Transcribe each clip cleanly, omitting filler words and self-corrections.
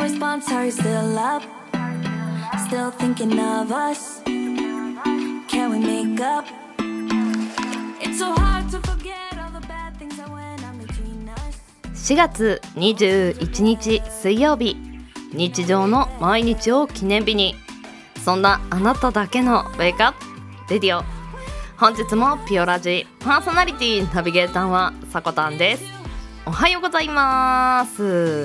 response, are you still up? Still thinking of us? Can we make up? It's so hard to forget all the bad things that went on between us. 4月21日水曜日、日常の毎日を記念日に、そんなあなただけのウェイクアップレディオ。本日もピオラジパーソナリティナビゲーターはさこたんです。おはようございます。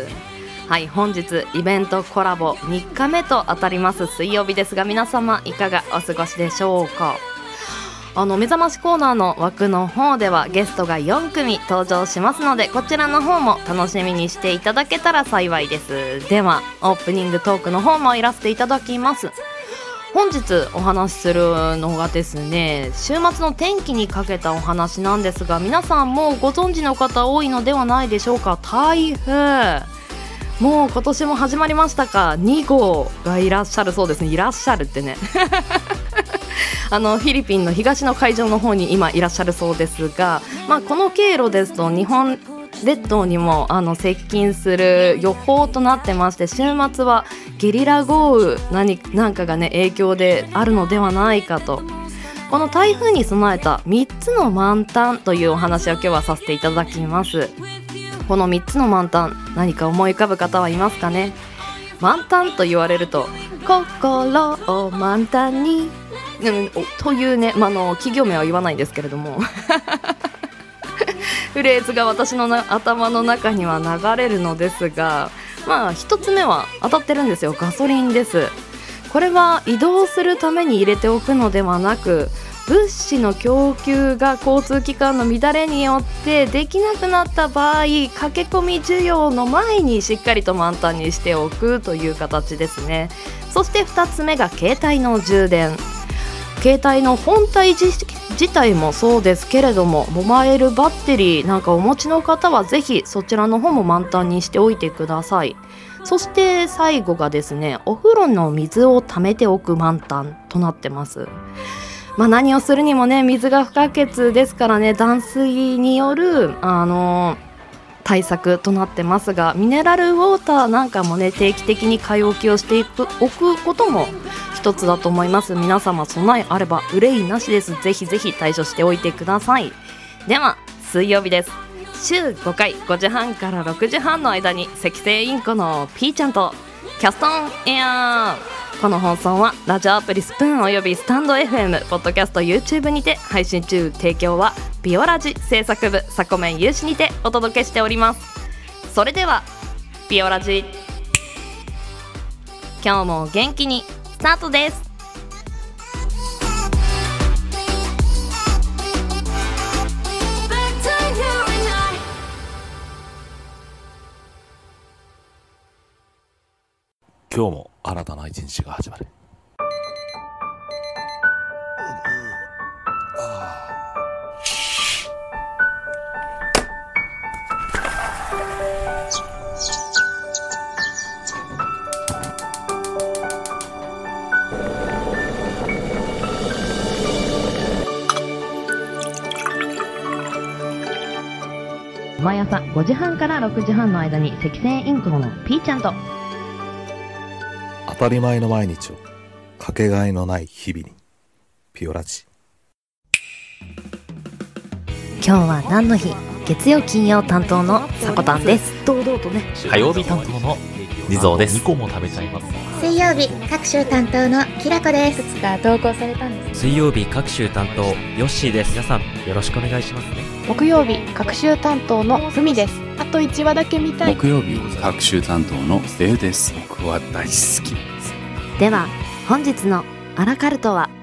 はい、本日イベントコラボ3日目と当たります水曜日ですが、皆様いかがお過ごしでしょうか。目覚ましコーナーの枠の方ではゲストが4組登場しますので、こちらの方も楽しみにしていただけたら幸いです。ではオープニングトークの方もいらせていただきます。本日お話しするのがですね、週末の天気にかけたお話なんですが、皆さんもご存知の方多いのではないでしょうか。台風、もう今年も始まりましたか。2号がいらっしゃるそうですね。いらっしゃるってねフィリピンの東の海上の方に今いらっしゃるそうですが、この経路ですと日本列島にも接近する予報となってまして、週末はゲリラ豪雨なんかがね影響であるのではないかと。この台風に備えた3つの満タンというお話を今日はさせていただきます。この3つの満タン、何か思い浮かぶ方はいますかね。満タンと言われると心を満タンにというね、企業名は言わないんですけれどもフレーズが私の頭の中には流れるのですが、一つ目は当たってるんですよ。ガソリンです。これは移動するために入れておくのではなく、物資の供給が交通機関の乱れによってできなくなった場合、駆け込み需要の前にしっかりと満タンにしておくという形ですね。そして2つ目が携帯の充電。携帯の本体自体もそうですけれども、モバイルバッテリーなんかお持ちの方はぜひそちらの方も満タンにしておいてください。そして最後がですね、お風呂の水を溜めておく満タンとなってます。何をするにもね、水が不可欠ですからね、断水による対策となってますが、ミネラルウォーターなんかもね定期的に買い置きをしておくことも一つだと思います。皆様備えあれば憂いなしです。ぜひぜひ対処しておいてください。では水曜日です。週5回5時半から6時半の間に赤星インコのピーちゃんとキャストオンエア。この放送はラジオアプリスプーンおよびスタンド FM、 ポッドキャスト YouTube にて配信中。提供はピオラジ制作部サコメン有志にてお届けしております。それではピオラジ、今日も元気にスタートです。 今日も新たな一日が始まる。 毎朝5時半から6時半の間に赤星インコのピーちゃんと、 当たり前の毎日をかけがえのない日々に、ピオラジ。 今日は何の日？月曜金曜担当のさこたんです。堂々とね。 火曜日担当のリゾーです。2個も食べちゃいます。 水曜日各週担当のきらこです。 いくつか投稿されたんです。 水曜日各週担当ヨッシーです。皆さんよろしくお願いしますね。 木曜日各週担当のふみです。あと1話だけ見たい。 木曜日各週担当のレイです。僕は大好きです。 では本日のアラカルトは、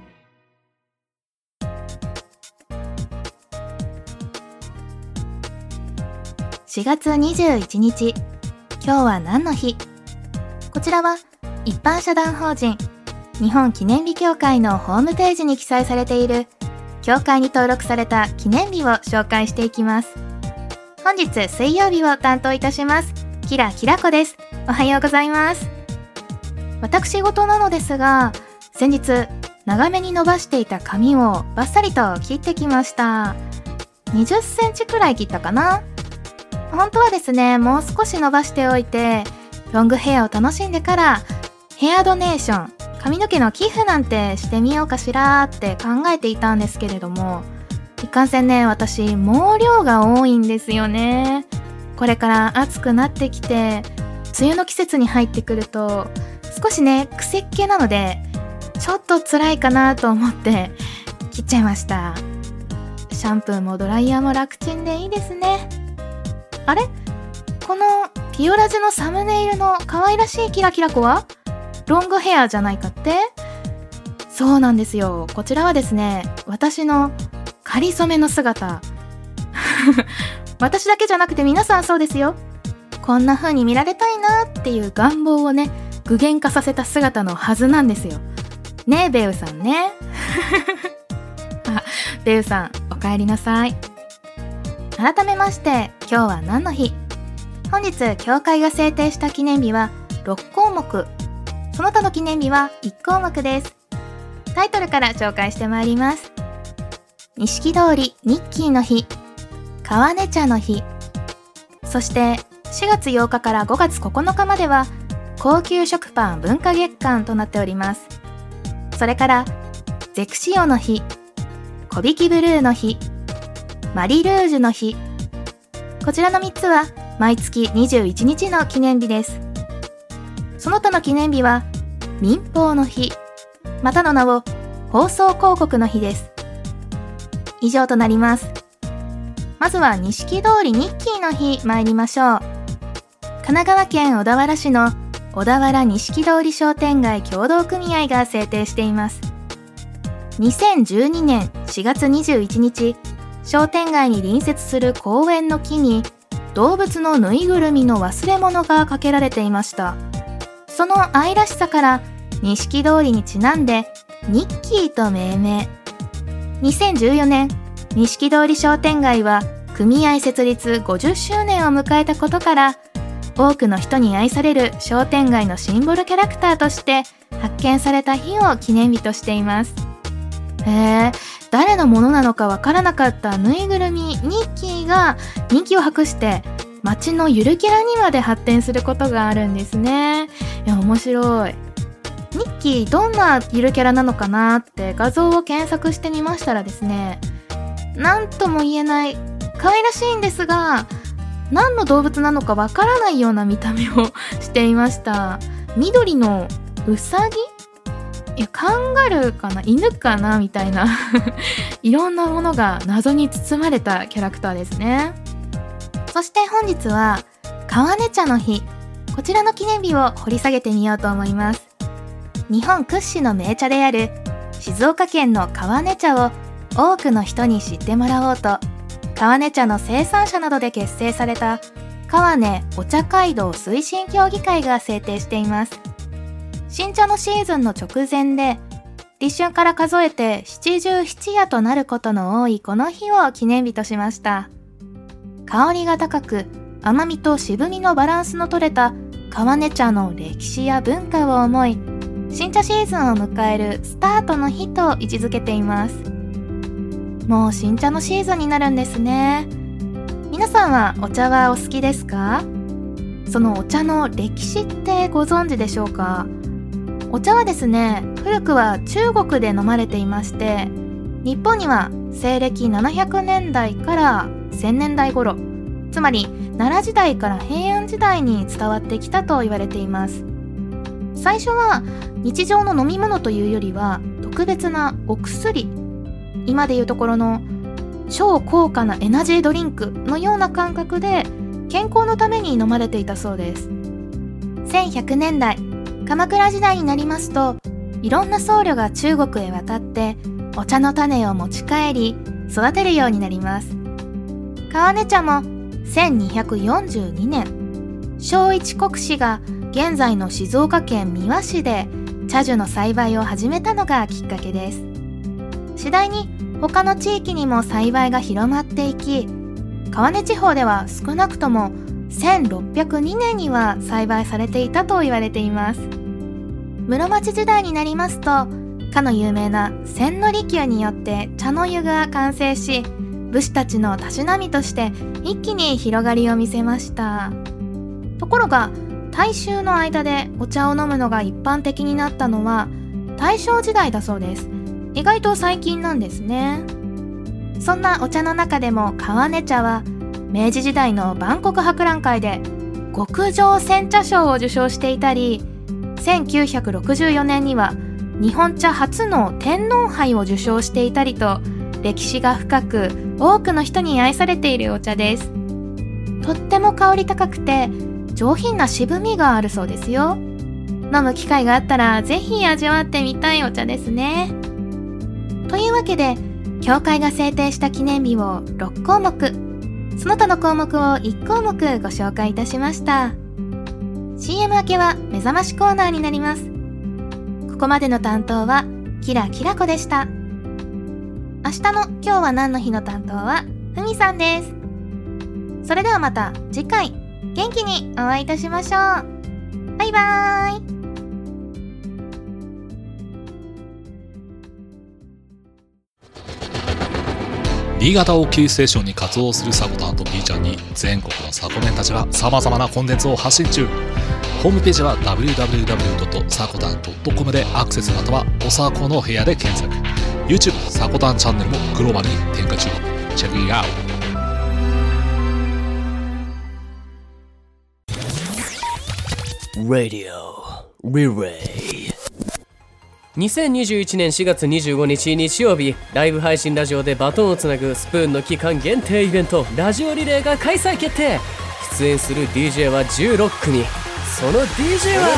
4月21日、今日は何の日？こちらは一般社団法人日本記念日協会のホームページに記載されている協会に登録された記念日を紹介していきます。本日水曜日を担当いたしますきらこです。おはようございます。私事なのですが、先日長めに伸ばしていた髪をバッサリと切ってきました。20センチくらい切ったかな。本当はですね、もう少し伸ばしておいてロングヘアを楽しんでからヘアドネーション、髪の毛の寄付なんてしてみようかしらって考えていたんですけれども、いかんせんね、私毛量が多いんですよね。これから暑くなってきて梅雨の季節に入ってくると少しね癖っ気なので、ちょっと辛いかなと思って切っちゃいました。シャンプーもドライヤーも楽ちんでいいですね。あれ、このピオラジのサムネイルの可愛らしいキラキラ子はロングヘアじゃないかって？そうなんですよ。こちらはですね、私の仮染めの姿私だけじゃなくて皆さんそうですよ。こんな風に見られたいなっていう願望をね具現化させた姿のはずなんですよねえ、ベウさんねあ、ベウさんお帰りなさい。改めまして今日は何の日？本日協会が制定した記念日は6項目、その他の記念日は1項目です。タイトルから紹介してまいります。錦通りニッキーの日、川根茶の日、そして4月8日から5月9日までは高級食パン文化月間となっております。それからゼクシオの日、小引きブルーの日、マリルージュの日、こちらの3つは毎月21日の記念日です。その他の記念日は民放の日、またの名を放送広告の日です。以上となります。まずは錦通りニッキーの日参りましょう。神奈川県小田原市の小田原錦通り商店街協同組合が制定しています。2012年4月21日、商店街に隣接する公園の木に動物のぬいぐるみの忘れ物がかけられていました。その愛らしさから錦通りにちなんでニッキーと命名。2014年、錦通り商店街は組合設立50周年を迎えたことから、多くの人に愛される商店街のシンボルキャラクターとして発見された日を記念日としています。誰のものなのかわからなかったぬいぐるみニッキーが人気を博して街のゆるキャラにまで発展することがあるんですね。いや、面白い。ニッキーどんなゆるキャラなのかなって画像を検索してみましたらですね、なんとも言えない可愛らしいんですが、何の動物なのかわからないような見た目をしていました。緑のウサギ？いや、カンガルーかな、犬かなみたいないろんなものが謎に包まれたキャラクターですね。そして本日は川根茶の日、こちらの記念日を掘り下げてみようと思います。日本屈指の名茶である静岡県の川根茶を多くの人に知ってもらおうと、川根茶の生産者などで結成された川根お茶街道推進協議会が制定しています。新茶のシーズンの直前で、立春から数えて七十七夜となることの多いこの日を記念日としました。香りが高く甘みと渋みのバランスの取れた川根茶の歴史や文化を思い、新茶シーズンを迎えるスタートの日と位置づけています。もう新茶のシーズンになるんですね。皆さんはお茶はお好きですか？そのお茶の歴史ってご存知でしょうか？お茶はですね、古くは中国で飲まれていまして、日本には西暦700年代から1000年代頃、つまり奈良時代から平安時代に伝わってきたと言われています。最初は日常の飲み物というよりは特別なお薬、今でいうところの超高価なエナジードリンクのような感覚で健康のために飲まれていたそうです。1100年代、鎌倉時代になりますと、いろんな僧侶が中国へ渡ってお茶の種を持ち帰り育てるようになります。川根茶も1242年、正一国師が現在の静岡県三輪市で茶樹の栽培を始めたのがきっかけです。次第に他の地域にも栽培が広まっていき、川根地方では少なくとも1602年には栽培されていたと言われています。室町時代になりますと、かの有名な千利休によって茶の湯が完成し、武士たちのたしなみとして一気に広がりを見せました。ところが大衆の間でお茶を飲むのが一般的になったのは大正時代だそうです。意外と最近なんですね。そんなお茶の中でも川根茶は明治時代の万国博覧会で極上煎茶賞を受賞していたり、1964年には日本茶初の天皇杯を受賞していたりと、歴史が深く多くの人に愛されているお茶です。とっても香り高くて上品な渋みがあるそうですよ。飲む機会があったらぜひ味わってみたいお茶ですね。というわけで、協会が制定した記念日を6項目、その他の項目を1項目ご紹介いたしました。 CM 明けは目覚ましコーナーになります。ここまでの担当はキラキラ子でした。明日の今日は何の日の担当はふみさんです。それではまた次回元気にお会いいたしましょう。バイバーイ。 新潟をキーステーションに活動するサコタンと B ちゃんに全国のサコメンたちは様々なコンテンツを発信中。ホームページは www.sakotan.com でアクセスまたはおさこの部屋で検索。 YouTube サコタンチャンネルもグローバルに展開中。チェックイットアウト。 Radio Relay。 2021年4月25日日曜日、ライブ配信ラジオでバトンをつなぐスプーンの期間限定イベントラジオリレーが開催決定。出演する DJ は16組。その DJ は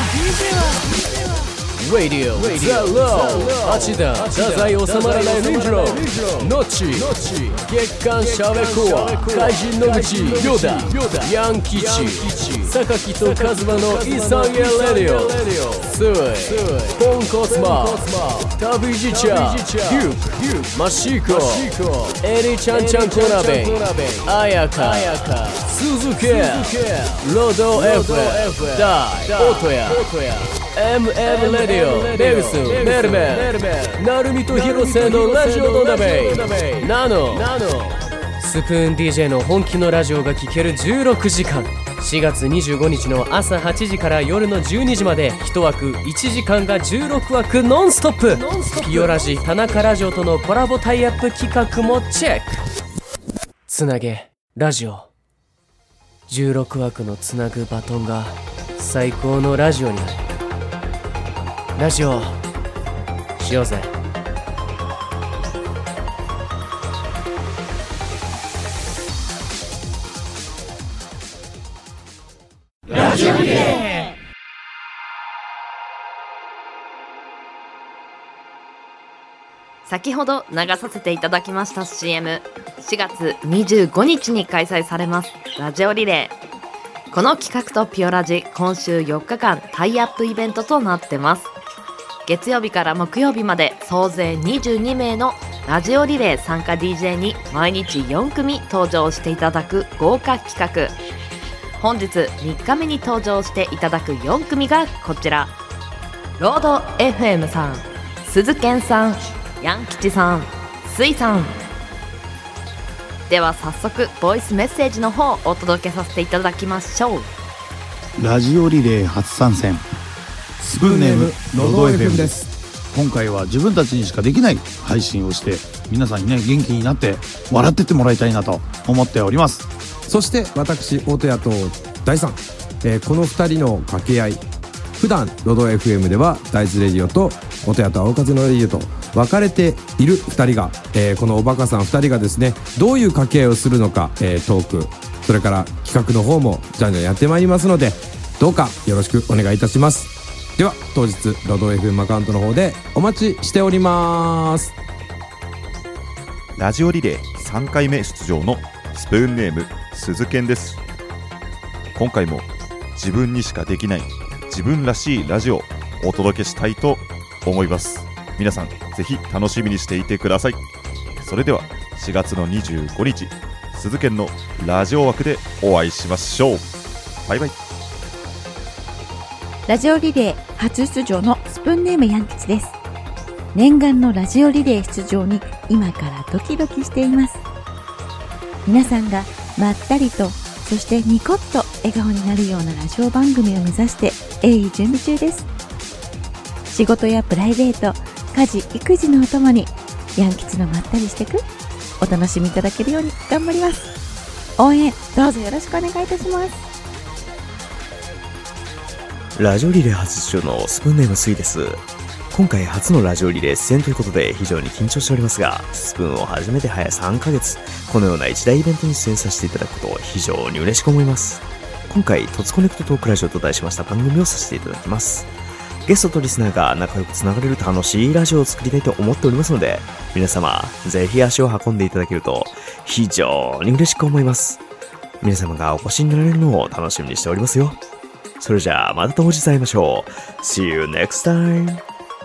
Radio The Low、 町田、太宰治まらないリンジロー、ノッチ、月刊シャベコア、怪人野口、ヨダ、ヤン吉、榊とカズマのイサンゲレディオ、スイ、ポンコツマ、旅路ちゃん、ユー、マシコ、エリちゃんちゃんこ鍋、あやか、鈴木、ロド F、ダイ、オトヤ、MM レディオ、ベグス、メルメン、ナルミと広瀬のラジオの鍋、ナノ、スプーン DJ の本気のラジオが聴ける16時間。4月25日の朝8時から夜の12時まで1枠1時間が16枠ノンストップ。ピオラジ田中ラジオとのコラボタイアップ企画もチェック。つなげラジオ、16枠のつなぐバトンが最高のラジオになる。ラジオしようぜ。ラジオリレー。 先ほど流させていただきました CM、 4月25日に開催されますラジオリレー。この企画とピオラジ、今週4日間タイアップイベントとなってます。月曜日から木曜日まで総勢22名のラジオリレー参加 DJ に毎日4組登場していただく豪華企画。本日3日目に登場していただく4組がこちら。ロード FM さん、鈴賢さん、ヤン吉さん、スイさん。では早速ボイスメッセージの方をお届けさせていただきましょう。 ラジオリレー初参戦、スプーンネームロード FM です。今回は自分たちにしかできない配信をして皆さんにね、元気になって笑ってってもらいたいなと思っております。 そして私大戸屋と大さん、この2人の掛け合い、普段ロード FM では大豆レディオと大戸屋と青風のレディオと分かれている2人が、このおバカさん2人がですね、どういう掛け合いをするのか、トーク、それから企画の方もじゃんじゃんやってまいりますので、どうかよろしくお願いいたします。では当日ロード FM アカウントの方でお待ちしております。 ラジオリレー3回目出場のスプーンネーム鈴賢です。今回も自分にしかできない自分らしいラジオをお届けしたいと思います。皆さんぜひ楽しみにしていてください。それでは4月の25日鈴賢のラジオ枠でお会いしましょう。バイバイ。 ラジオリレー初出場のスプーンネームヤン吉です。念願のラジオリレー出場に今からドキドキしています。皆さんがまったりと、そしてニコッと笑顔になるようなラジオ番組を目指して鋭意準備中です。仕事やプライベート、家事育児のお供にヤン吉のまったりしてくお楽しみいただけるように頑張ります。応援どうぞよろしくお願いいたします。 ラジオリレー初出場のスプーンネームスイです。今回初のラジオリレー出演ということで非常に緊張しておりますが、スプーンを始めて早3ヶ月、このような一大イベントに出演させていただくことを非常に嬉しく思います。今回トツコネクトトークラジオと題しました番組をさせていただきます。ゲストとリスナーが仲良くつながれる楽しいラジオを作りたいと思っておりますので、皆様ぜひ足を運んでいただけると非常に嬉しく思います。皆様がお越しになられるのを楽しみにしておりますよ。それじゃあまた当日会いましょう。 See you next time.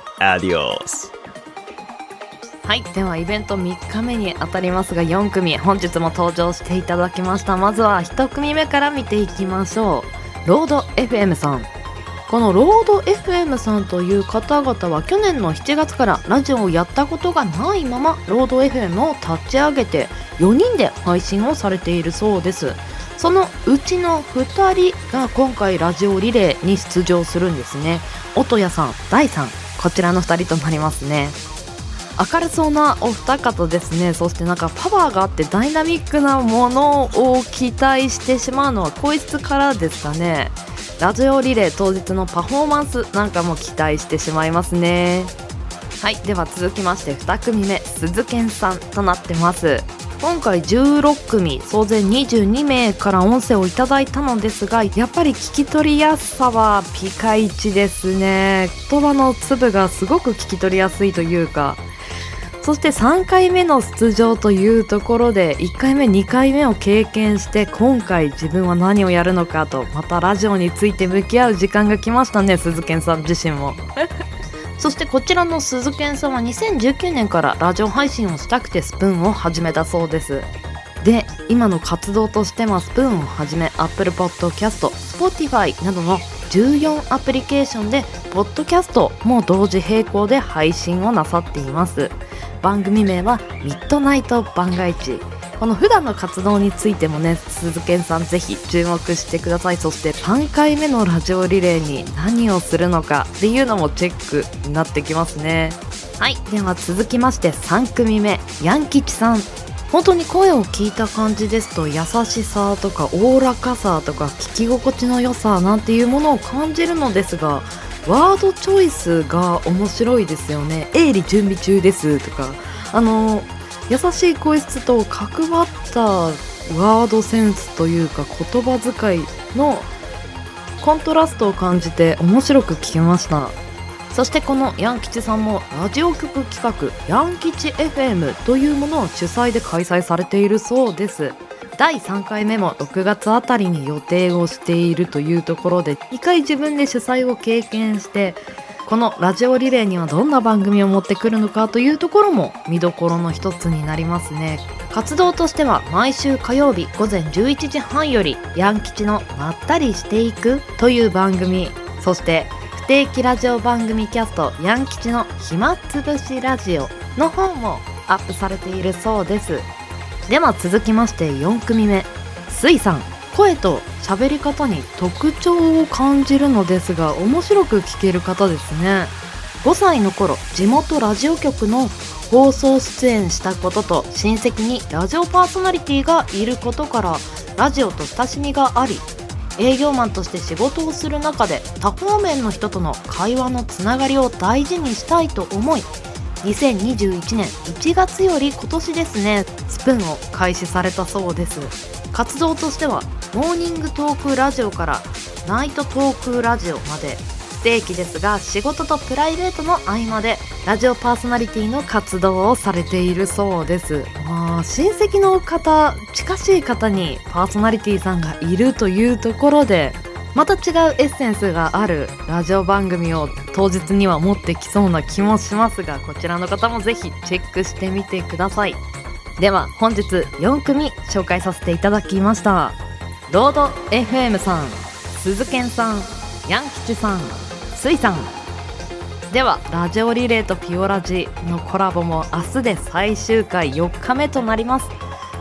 Adios。 はい、ではイベント3日目にあたりますが、4組本日も登場していただきました。まずは1組目から見ていきましょう。ロード FM さん。このロード FM さんという方々は去年の7月からラジオをやったことがないままロード FM を立ち上げて4人で配信をされているそうです。そのうちの2人が今回ラジオリレーに出場するんですね。音谷さん、大さん、こちらの2人となりますね。明るそうなお二方ですね。そしてなんかパワーがあってダイナミックなものを期待してしまうのはこいつからですかね。ラジオリレー当日のパフォーマンスなんかも期待してしまいますね。はい、では続きまして2組目、鈴賢さんとなってます。今回16組総勢22名から音声をいただいたのですが、やっぱり聞き取りやすさはピカイチですね。言葉の粒がすごく聞き取りやすいというか、そして3回目の出場というところで1回目2回目を経験して、今回自分は何をやるのかとまたラジオについて向き合う時間が来ましたね、鈴賢さん自身もそしてこちらの鈴賢さんは2019年からラジオ配信をしたくてスプーンを始めたそうです。で、今の活動としてはスプーンをはじめ Apple Podcast、Spotify などの14アプリケーションでポッドキャストも同時並行で配信をなさっています。番組名はミッドナイト番外地。この普段の活動についてもね、鈴賢さんぜひ注目してください。そして3回目のラジオリレーに何をするのかっていうのもチェックになってきますね。はい、では続きまして3組目、ヤン吉さん。本当に声を聞いた感じですと優しさとかおおらかさとか聞き心地の良さなんていうものを感じるのですが、ワードチョイスが面白いですよね。鋭利準備中ですとか、優しい声質と角張ったワードセンスというか言葉遣いのコントラストを感じて面白く聞けました。そしてこのヤン吉さんもラジオ局企画ヤン吉 FM というものを主催で開催されているそうです。第3回目も6月あたりに予定をしているというところで、2回自分で主催を経験して、このラジオリレーにはどんな番組を持ってくるのかというところも見どころの一つになりますね。活動としては毎週火曜日午前11時半よりヤン吉のまったりしていくという番組、そして不定期ラジオ番組キャストヤン吉の暇つぶしラジオの方もアップされているそうです。では続きまして4組目、スイさん。声と喋り方に特徴を感じるのですが面白く聞ける方ですね。5歳の頃地元ラジオ局の放送出演したことと親戚にラジオパーソナリティがいることからラジオと親しみがあり、営業マンとして仕事をする中で多方面の人との会話のつながりを大事にしたいと思い、2021年1月より今年ですね、スプーンを開始されたそうです。活動としてはモーニングトークラジオからナイトトークラジオまで不定期ですが仕事とプライベートの合間でラジオパーソナリティの活動をされているそうです。親戚の方、近しい方にパーソナリティさんがいるというところでまた違うエッセンスがあるラジオ番組を当日には持ってきそうな気もしますが、こちらの方もぜひチェックしてみてください。では本日4組紹介させていただきました。ロード FM さん、鈴賢さん、ヤン吉さん、スイさん。ではラジオリレーとピオラジのコラボも明日で最終回4日目となります。